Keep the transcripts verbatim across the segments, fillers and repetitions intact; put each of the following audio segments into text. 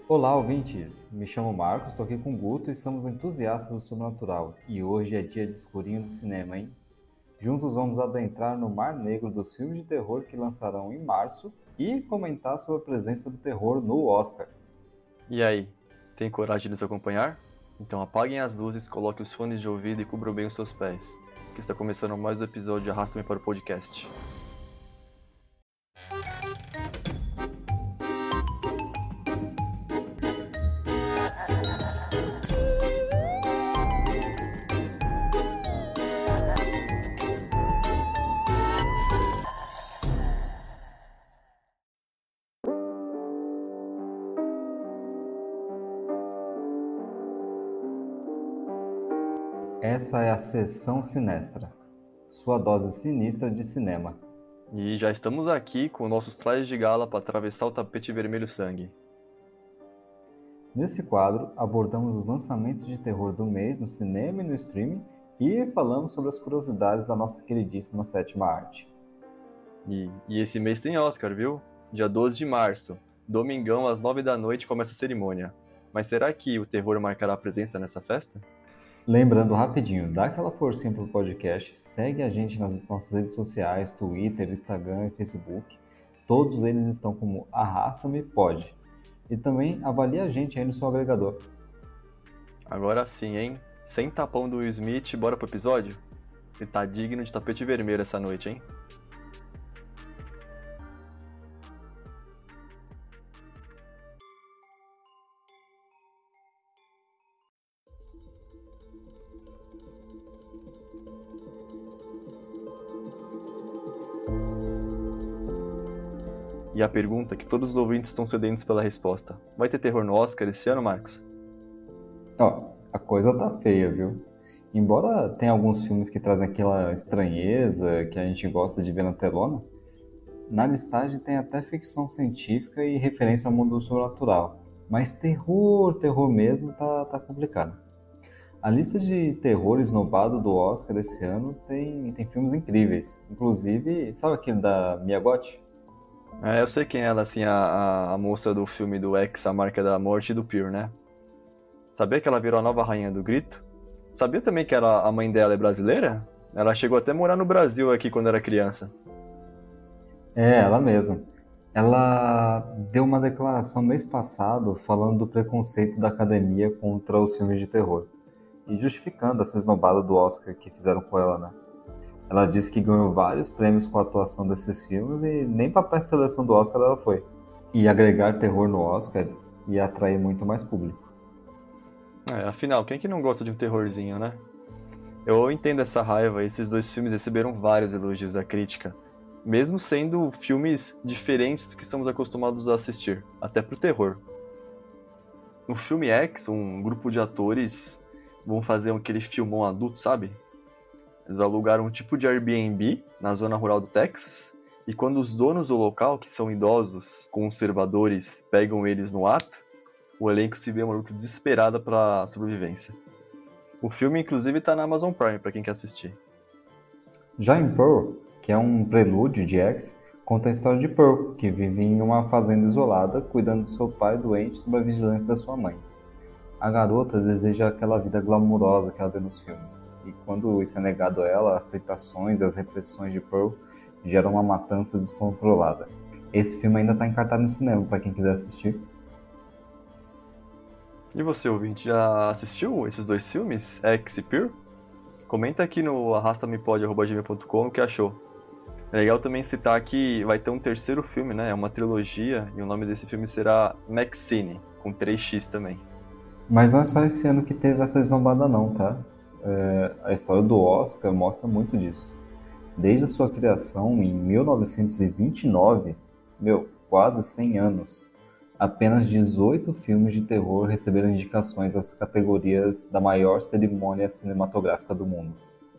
Olá, ouvintes! Me chamo Marcos, estou aqui com o Guto e somos entusiastas do sobrenatural. E hoje é dia de escurinho do cinema, hein? Juntos vamos adentrar no mar negro dos filmes de terror que lançarão em março e comentar sobre a presença do terror no Oscar. E aí, tem coragem de nos acompanhar? Então apaguem as luzes, coloquem os fones de ouvido e cubram bem os seus pés, que está começando mais um episódio de Arrasta-me para o Podcast. Essa é a Sessão Sinestra, sua dose sinistra de cinema. E já estamos aqui com nossos trajes de gala para atravessar o tapete vermelho sangue. Nesse quadro, abordamos os lançamentos de terror do mês no cinema e no streaming e falamos sobre as curiosidades da nossa queridíssima sétima arte. E, e esse mês tem Oscar, viu? Dia doze de março, domingão às nove da noite começa a cerimônia. Mas será que o terror marcará presença nessa festa? Lembrando rapidinho, dá aquela forcinha pro podcast, segue a gente nas nossas redes sociais, Twitter, Instagram e Facebook. Todos eles estão como Arrasta-me Pode. E também avalia a gente aí no seu agregador. Agora sim, hein? Sem tapão do Will Smith, bora pro episódio? Ele tá digno de tapete vermelho essa noite, hein? E a pergunta que todos os ouvintes estão sedentos pela resposta: vai ter terror no Oscar esse ano, Marcos? Ó, a coisa tá feia, viu? Embora tenha alguns filmes que trazem aquela estranheza que a gente gosta de ver na telona, na listagem tem até ficção científica e referência ao mundo sobrenatural. Mas terror, terror mesmo, tá, tá complicado. A lista de terror esnobado do Oscar esse ano tem, tem filmes incríveis. Inclusive, sabe aquele da Mia Goth? É, eu sei quem é ela, assim, a, a, a moça do filme do X, A Marca da Morte e do Pure, né? Sabia que ela virou a nova rainha do grito? Sabia também que ela, a mãe dela é brasileira? Ela chegou até a morar no Brasil aqui quando era criança. É, ela mesma. Ela deu uma declaração mês passado falando do preconceito da academia contra os filmes de terror e justificando essa esnobada do Oscar que fizeram com ela, né? Ela disse que ganhou vários prêmios com a atuação desses filmes e nem para a pré-seleção do Oscar ela foi. E agregar terror no Oscar ia atrair muito mais público. É, afinal, quem que não gosta de um terrorzinho, né? Eu entendo essa raiva, esses dois filmes receberam vários elogios da crítica, mesmo sendo filmes diferentes do que estamos acostumados a assistir, até pro terror. No filme X, um grupo de atores vão fazer aquele filmão adulto, sabe? Eles alugaram um tipo de Airbnb na zona rural do Texas, e quando os donos do local, que são idosos, conservadores, pegam eles no ato, o elenco se vê uma luta desesperada pela sobrevivência. O filme, inclusive, tá na Amazon Prime, pra quem quer assistir. Já em Pearl, que é um prelúdio de X, conta a história de Pearl, que vive em uma fazenda isolada, cuidando do seu pai doente sob a vigilância da sua mãe. A garota deseja aquela vida glamurosa que ela vê nos filmes, e quando isso é negado a ela, as tentações e as repressões de Pearl geram uma matança descontrolada. Esse filme ainda está em cartaz no cinema, para quem quiser assistir. E você, ouvinte, já assistiu esses dois filmes, X e Pure? Comenta aqui no arrastamepod arroba gmail ponto com o que achou. É legal também citar que vai ter um terceiro filme, né? É uma trilogia, e o nome desse filme será Maxine, com três x também. Mas não é só esse ano que teve essa esnobada não, tá? É, a história do Oscar mostra muito disso. Desde a sua criação em mil novecentos e vinte e nove, meu, quase cem anos, apenas dezoito filmes de terror receberam indicações às categorias da maior cerimônia cinematográfica do mundo.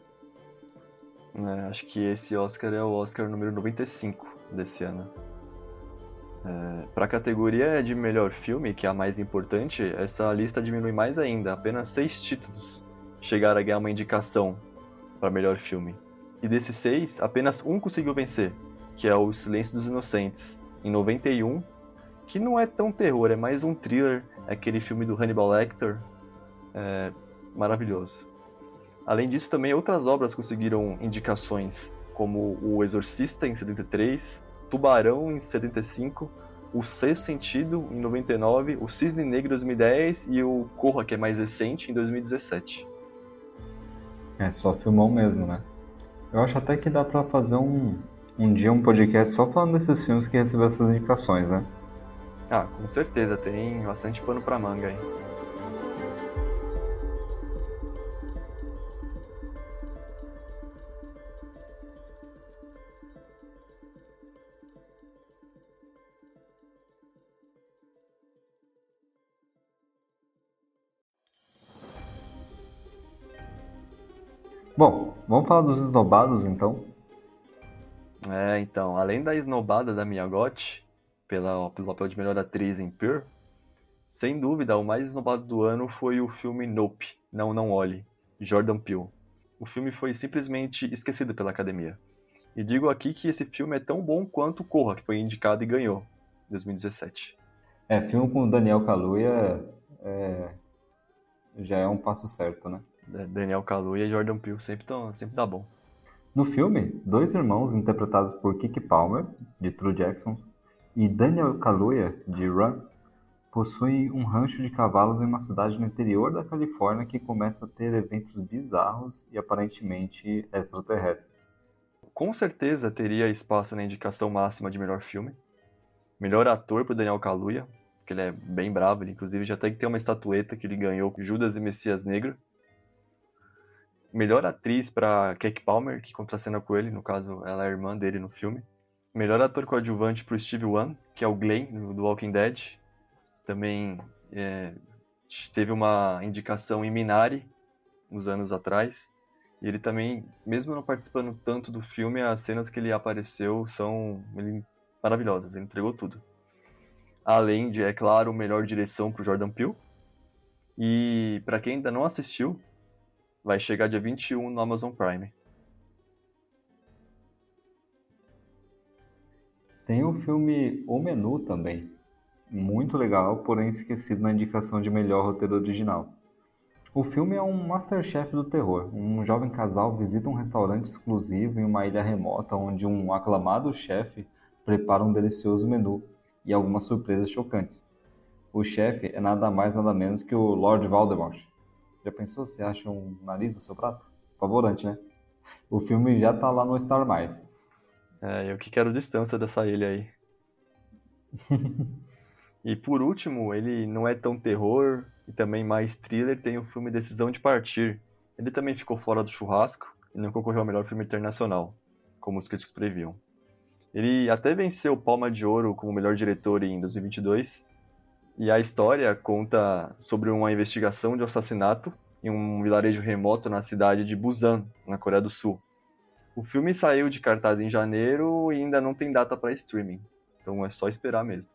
É, acho que esse Oscar é o Oscar número noventa e cinco desse ano. É, para a categoria de melhor filme, que é a mais importante, essa lista diminui mais ainda. Apenas seis títulos chegaram a ganhar uma indicação para melhor filme. E desses seis, apenas um conseguiu vencer, que é O Silêncio dos Inocentes, em noventa e um, que não é tão terror, é mais um thriller, é aquele filme do Hannibal Lecter, é maravilhoso. Além disso, também outras obras conseguiram indicações, como O Exorcista, em setenta e três, Tubarão, em setenta e cinco, O Sexto Sentido, em noventa e nove, O Cisne Negro, em dois mil e dez e o Corra, que é mais recente, em dois mil e dezessete. É só filmão mesmo, né? Eu acho até que dá pra fazer um, um dia um podcast só falando desses filmes que receberam essas indicações, né? Ah, com certeza, tem bastante pano pra manga aí. Bom, vamos falar dos esnobados então. É, então, além da esnobada da Mia Goth, pela, pelo papel de melhor atriz em Pure, sem dúvida, o mais esnobado do ano foi o filme Nope, Não, Não Olhe, Jordan Peele. O filme foi simplesmente esquecido pela academia. E digo aqui que esse filme é tão bom quanto Corra, que foi indicado e ganhou em dois mil e dezessete. É, filme com o Daniel Kaluuya é, já é um passo certo, né? Daniel Kaluuya e Jordan Peele sempre, tão, sempre dá bom. No filme, dois irmãos interpretados por Keke Palmer, de True Jackson, e Daniel Kaluuya, de Run, possuem um rancho de cavalos em uma cidade no interior da Califórnia que começa a ter eventos bizarros e aparentemente extraterrestres. Com certeza teria espaço na indicação máxima de melhor filme. Melhor ator pro Daniel Kaluuya, que ele é bem bravo, ele inclusive já tem que ter uma estatueta que ele ganhou com Judas e Messias Negro. Melhor atriz para Keke Palmer, que contracena com ele, no caso ela é a irmã dele no filme. Melhor ator coadjuvante pro Steve Wan, que é o Glenn do Walking Dead. Também é, teve uma indicação em Minari, uns anos atrás. E ele também, mesmo não participando tanto do filme, as cenas que ele apareceu são ele, maravilhosas, ele entregou tudo. Além de, é claro, melhor direção pro Jordan Peele. E para quem ainda não assistiu, vai chegar dia vinte e um no Amazon Prime. Tem o filme O Menu também, muito legal, porém esquecido na indicação de melhor roteiro original. O filme é um MasterChef do terror. Um jovem casal visita um restaurante exclusivo em uma ilha remota onde um aclamado chefe prepara um delicioso menu e algumas surpresas chocantes. O chefe é nada mais nada menos que o Lord Voldemort. Já pensou se acha um nariz no seu prato? Favorante, né? O filme já tá lá no Star Mais. É, eu que quero distância dessa ilha aí. E por último, ele não é tão terror e também mais thriller, tem o filme Decisão de Partir. Ele também ficou fora do churrasco e não concorreu ao melhor filme internacional, como os críticos previam. Ele até venceu Palma de Ouro como melhor diretor em dois mil e vinte e dois, e a história conta sobre uma investigação de um assassinato em um vilarejo remoto na cidade de Busan, na Coreia do Sul. O filme saiu de cartaz em janeiro e ainda não tem data para streaming, então é só esperar mesmo.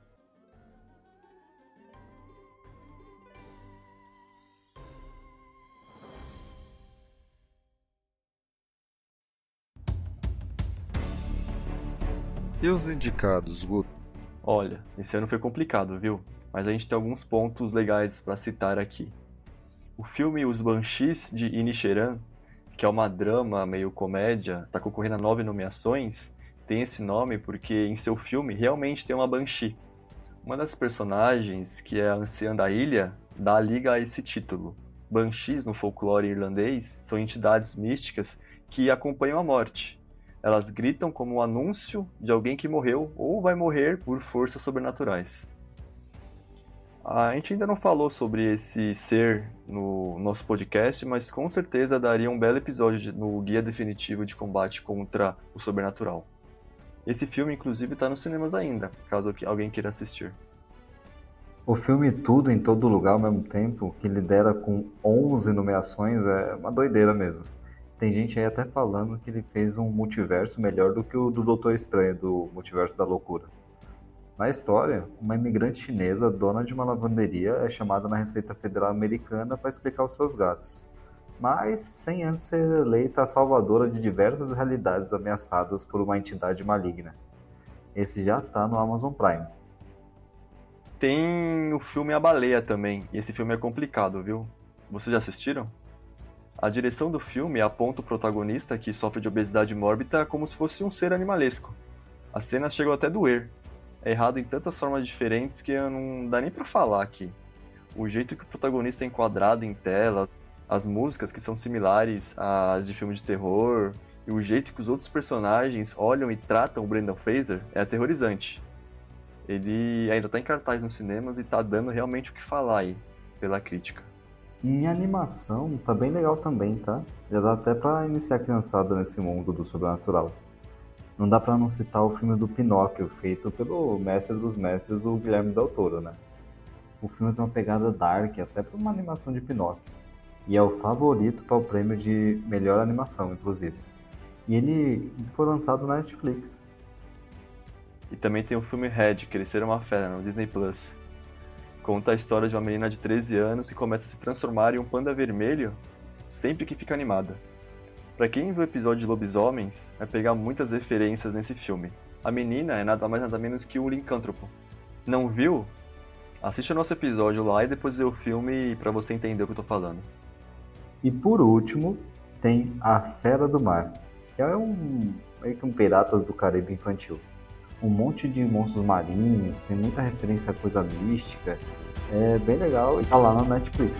E os indicados, Guto? Olha, esse ano foi complicado, viu? Mas a gente tem alguns pontos legais para citar aqui. O filme Os Banshees de Inisherin, que é uma drama meio comédia, está concorrendo a nove nomeações, tem esse nome porque em seu filme realmente tem uma Banshee. Uma das personagens, que é a anciã da ilha, dá liga a esse título. Banshees, no folclore irlandês, são entidades místicas que acompanham a morte. Elas gritam como um anúncio de alguém que morreu ou vai morrer por forças sobrenaturais. A gente ainda não falou sobre esse ser no nosso podcast, mas com certeza daria um belo episódio no Guia Definitivo de Combate contra o Sobrenatural. Esse filme, inclusive, está nos cinemas ainda, caso alguém queira assistir. O filme Tudo em Todo Lugar ao mesmo tempo, que lidera com onze nomeações, é uma doideira mesmo. Tem gente aí até falando que ele fez um multiverso melhor do que o do Doutor Estranho, do Multiverso da Loucura. Na história, uma imigrante chinesa, dona de uma lavanderia, é chamada na Receita Federal Americana para explicar os seus gastos, mas sem antes ser eleita a salvadora de diversas realidades ameaçadas por uma entidade maligna. Esse já está no Amazon Prime. tem o filme A Baleia também, e esse filme é complicado, viu? Vocês já assistiram? A direção do filme aponta o protagonista, que sofre de obesidade mórbida, como se fosse um ser animalesco. As cenas chegam até a doer. É errado em tantas formas diferentes que não dá nem pra falar aqui. O jeito que o protagonista é enquadrado em tela, as músicas que são similares às de filme de terror, e o jeito que os outros personagens olham e tratam o Brendan Fraser é aterrorizante. Ele ainda tá em cartaz nos cinemas e tá dando realmente o que falar aí, pela crítica. Em animação, tá bem legal também, tá? Já dá até pra iniciar a criançada nesse mundo do sobrenatural. Não dá pra não citar o filme do Pinóquio, feito pelo mestre dos mestres, o Guilherme Del Toro, né? O filme tem uma pegada dark, até pra uma animação de Pinóquio. E é o favorito para o prêmio de melhor animação, inclusive. E ele foi lançado na Netflix. E também tem o filme Red, Crescer uma Fera, no Disney Plus. Conta a história de uma menina de treze anos que começa a se transformar em um panda vermelho sempre que fica animada. Pra quem viu o episódio de Lobisomens, vai pegar muitas referências nesse filme. A menina é nada mais nada menos que o Licântropo. Não viu? Assiste o nosso episódio lá e depois vê o filme pra você entender o que eu tô falando. E por último, tem A Fera do Mar, que é um meio que um Piratas do Caribe infantil. Um monte de monstros marinhos, tem muita referência a coisa mística, é bem legal e tá lá na Netflix.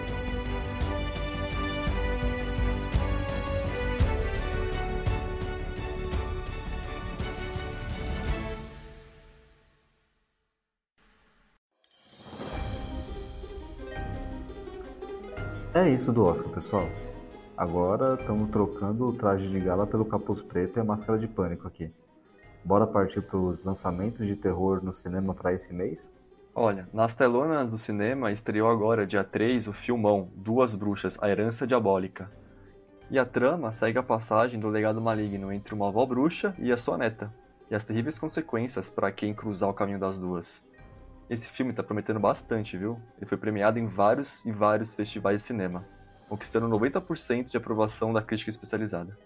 É isso do Oscar, pessoal. Agora estamos trocando o traje de gala pelo capuz preto e a máscara de pânico aqui. Bora partir para os lançamentos de terror no cinema para esse mês? Olha, nas telonas do cinema estreou agora, dia três, o filmão Duas Bruxas, A Herança Diabólica. E a trama segue a passagem do legado maligno entre uma avó bruxa e a sua neta, e as terríveis consequências para quem cruzar o caminho das duas. Esse filme tá prometendo bastante, viu? Ele foi premiado em vários e vários festivais de cinema, conquistando noventa por cento de aprovação da crítica especializada.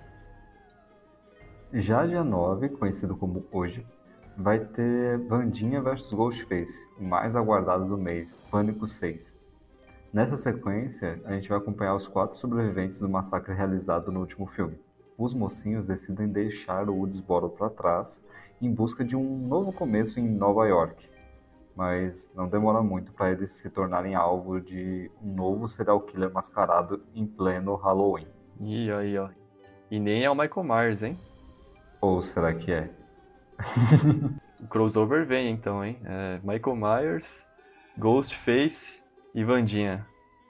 Já dia nove, conhecido como Hoje, vai ter Wandinha versus Ghostface, o mais aguardado do mês, Pânico seis. Nessa sequência, a gente vai acompanhar os quatro sobreviventes do massacre realizado no último filme. Os mocinhos decidem deixar o Woodsboro para trás em busca de um novo começo em Nova York. Mas não demora muito para eles se tornarem alvo de um novo serial killer mascarado em pleno Halloween. E aí, ó. E nem é o Michael Myers, hein? Ou será que é? O crossover vem então, hein? É Michael Myers, Ghostface e Wandinha.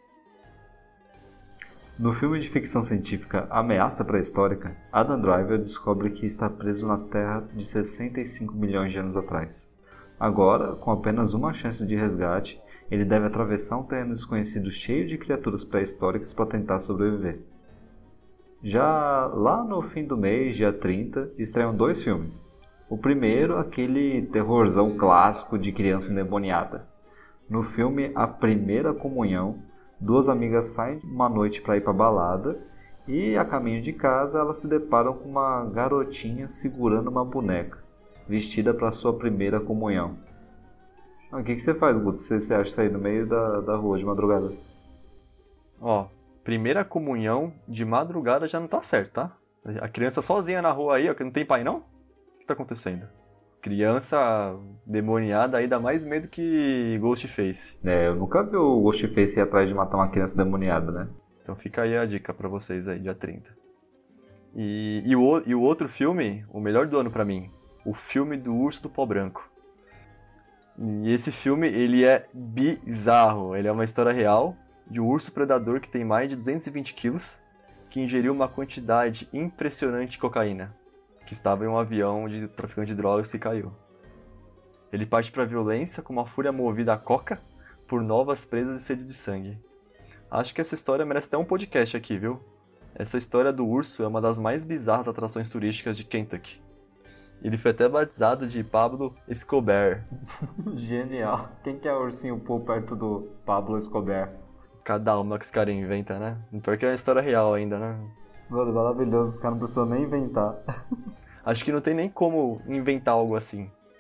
No filme de ficção científica Ameaça Pré-Histórica, Adam Driver descobre que está preso na Terra de sessenta e cinco milhões de anos atrás. Agora, com apenas uma chance de resgate, ele deve atravessar um terreno desconhecido cheio de criaturas pré-históricas para tentar sobreviver. Já lá no fim do mês, dia trinta, estreiam dois filmes. O primeiro, aquele terrorzão clássico de criança endemoniada. No filme A Primeira Comunhão, duas amigas saem uma noite para ir para balada e, a caminho de casa, elas se deparam com uma garotinha segurando uma boneca, vestida para sua primeira comunhão. O que, que você faz, Guto? Você, você acha sair no meio da, da rua de madrugada? Ó, primeira comunhão de madrugada já não tá certo, tá? A criança sozinha na rua aí, ó, que não tem pai não? O que tá acontecendo? Criança demoniada aí dá mais medo que Ghostface. É, eu nunca vi o Ghostface ir atrás de matar uma criança demoniada, né? Então fica aí a dica pra vocês aí, dia trinta. E, e, o, e o outro filme, o melhor do ano pra mim, o filme do Urso do Pó Branco. E esse filme, ele é bizarro. Ele é uma história real de um urso predador que tem mais de duzentos e vinte quilos, que ingeriu uma quantidade impressionante de cocaína, que estava em um avião de traficante de drogas que caiu. Ele parte para a violência com uma fúria movida a coca por novas presas e sede de sangue. Acho que essa história merece até um podcast aqui, viu? Essa história do urso é uma das mais bizarras atrações turísticas de Kentucky. Ele foi até batizado de Pablo Escobar. Genial. Quem que é o ursinho Pooh perto do Pablo Escobar? Cada uma que os caras inventam, né? Pior que é uma história real ainda, né? Mano, maravilhoso. Os caras não precisam nem inventar. Acho que não tem nem como inventar algo assim.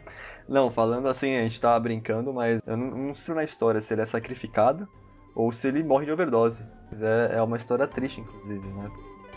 Não, falando assim, a gente tava brincando, mas eu não, não sei na história se ele é sacrificado ou se ele morre de overdose. Mas É, é uma história triste, inclusive, né?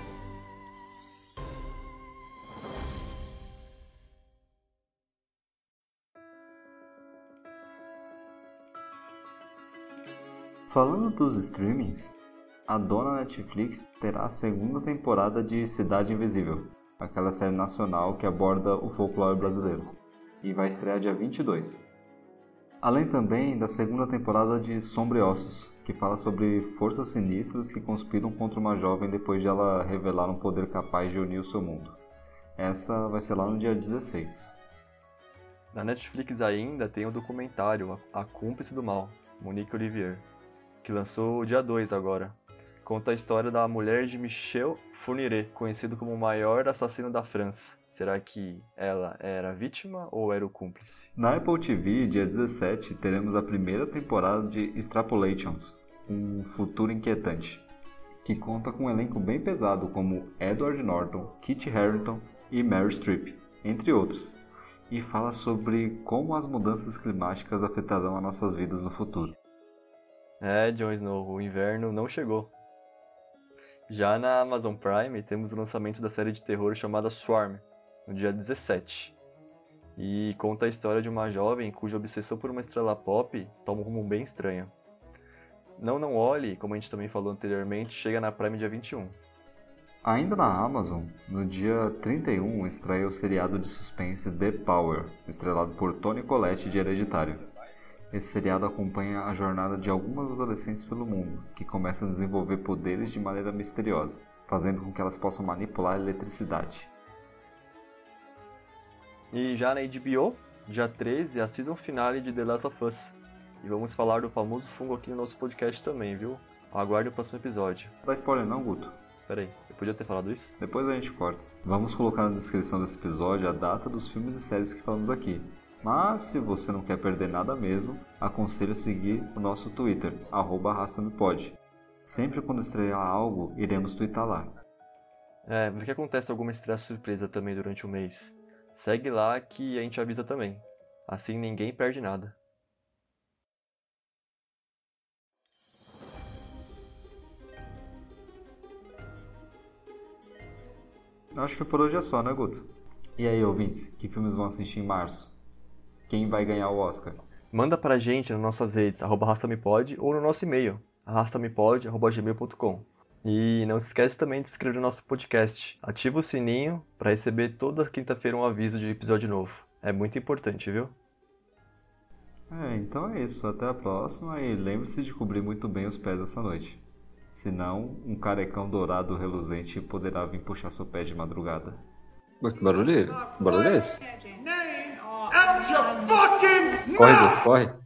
Falando dos streamings, a dona Netflix terá a segunda temporada de Cidade Invisível, aquela série nacional que aborda o folclore brasileiro, e vai estrear dia vinte e dois. Além também da segunda temporada de Sombriossos, que fala sobre forças sinistras que conspiram contra uma jovem depois de ela revelar um poder capaz de unir o seu mundo. Essa vai ser lá no dia dezesseis. Na Netflix ainda tem o documentário A a Cúmplice do Mal, Monique Olivier, que lançou dia dois agora. Conta a história da mulher de Michel Fourniret, conhecido como o maior assassino da França. Será que ela era a vítima ou era o cúmplice? Na Apple T V, dia dezessete, teremos a primeira temporada de Extrapolations, um futuro inquietante, que conta com um elenco bem pesado como Edward Norton, Kit Harington e Meryl Streep, entre outros, e fala sobre como as mudanças climáticas afetarão as nossas vidas no futuro. É, Jon Snow, o inverno não chegou. Já na Amazon Prime temos o lançamento da série de terror chamada Swarm, no dia dezessete. E conta a história de uma jovem cuja obsessão por uma estrela pop toma um rumo bem estranho. Não Não Olhe, como a gente também falou anteriormente, chega na Prime dia vinte e um. Ainda na Amazon, no dia trinta e um estreia o seriado de suspense The Power, estrelado por Toni Collette de Hereditário. Esse seriado acompanha a jornada de algumas adolescentes pelo mundo, que começam a desenvolver poderes de maneira misteriosa, fazendo com que elas possam manipular a eletricidade. E já na H B O, dia treze, a season finale de The Last of Us. E vamos falar do famoso fungo aqui no nosso podcast também, viu? Aguarde o próximo episódio. Não dá spoiler não, Guto? Pera aí, eu podia ter falado isso? Depois a gente corta. Vamos colocar na descrição desse episódio a data dos filmes e séries que falamos aqui. Mas, se você não quer perder nada mesmo, aconselho a seguir o nosso Twitter, arroba arrastamepod. Sempre quando estrear algo, iremos twittar lá. É, porque acontece alguma estreia surpresa também durante o mês. Segue lá que a gente avisa também. Assim ninguém perde nada. Acho que por hoje é só, né, Guto? E aí, ouvintes, que filmes vão assistir em março? Quem vai ganhar o Oscar? Manda pra gente nas nossas redes, arroba arrastamepod, ou no nosso e-mail, arrastamepod arroba gmail ponto com. E não se esquece também de se inscrever no nosso podcast. Ativa o sininho para receber toda quinta-feira um aviso de episódio novo. É muito importante, viu? É, então é isso. Até a próxima e lembre-se de cobrir muito bem os pés essa noite. Senão, um carecão dourado reluzente poderá vir puxar seu pé de madrugada. Ué, que barulho é? Que barulho é esse? Out your fucking Corre, Guto, corre.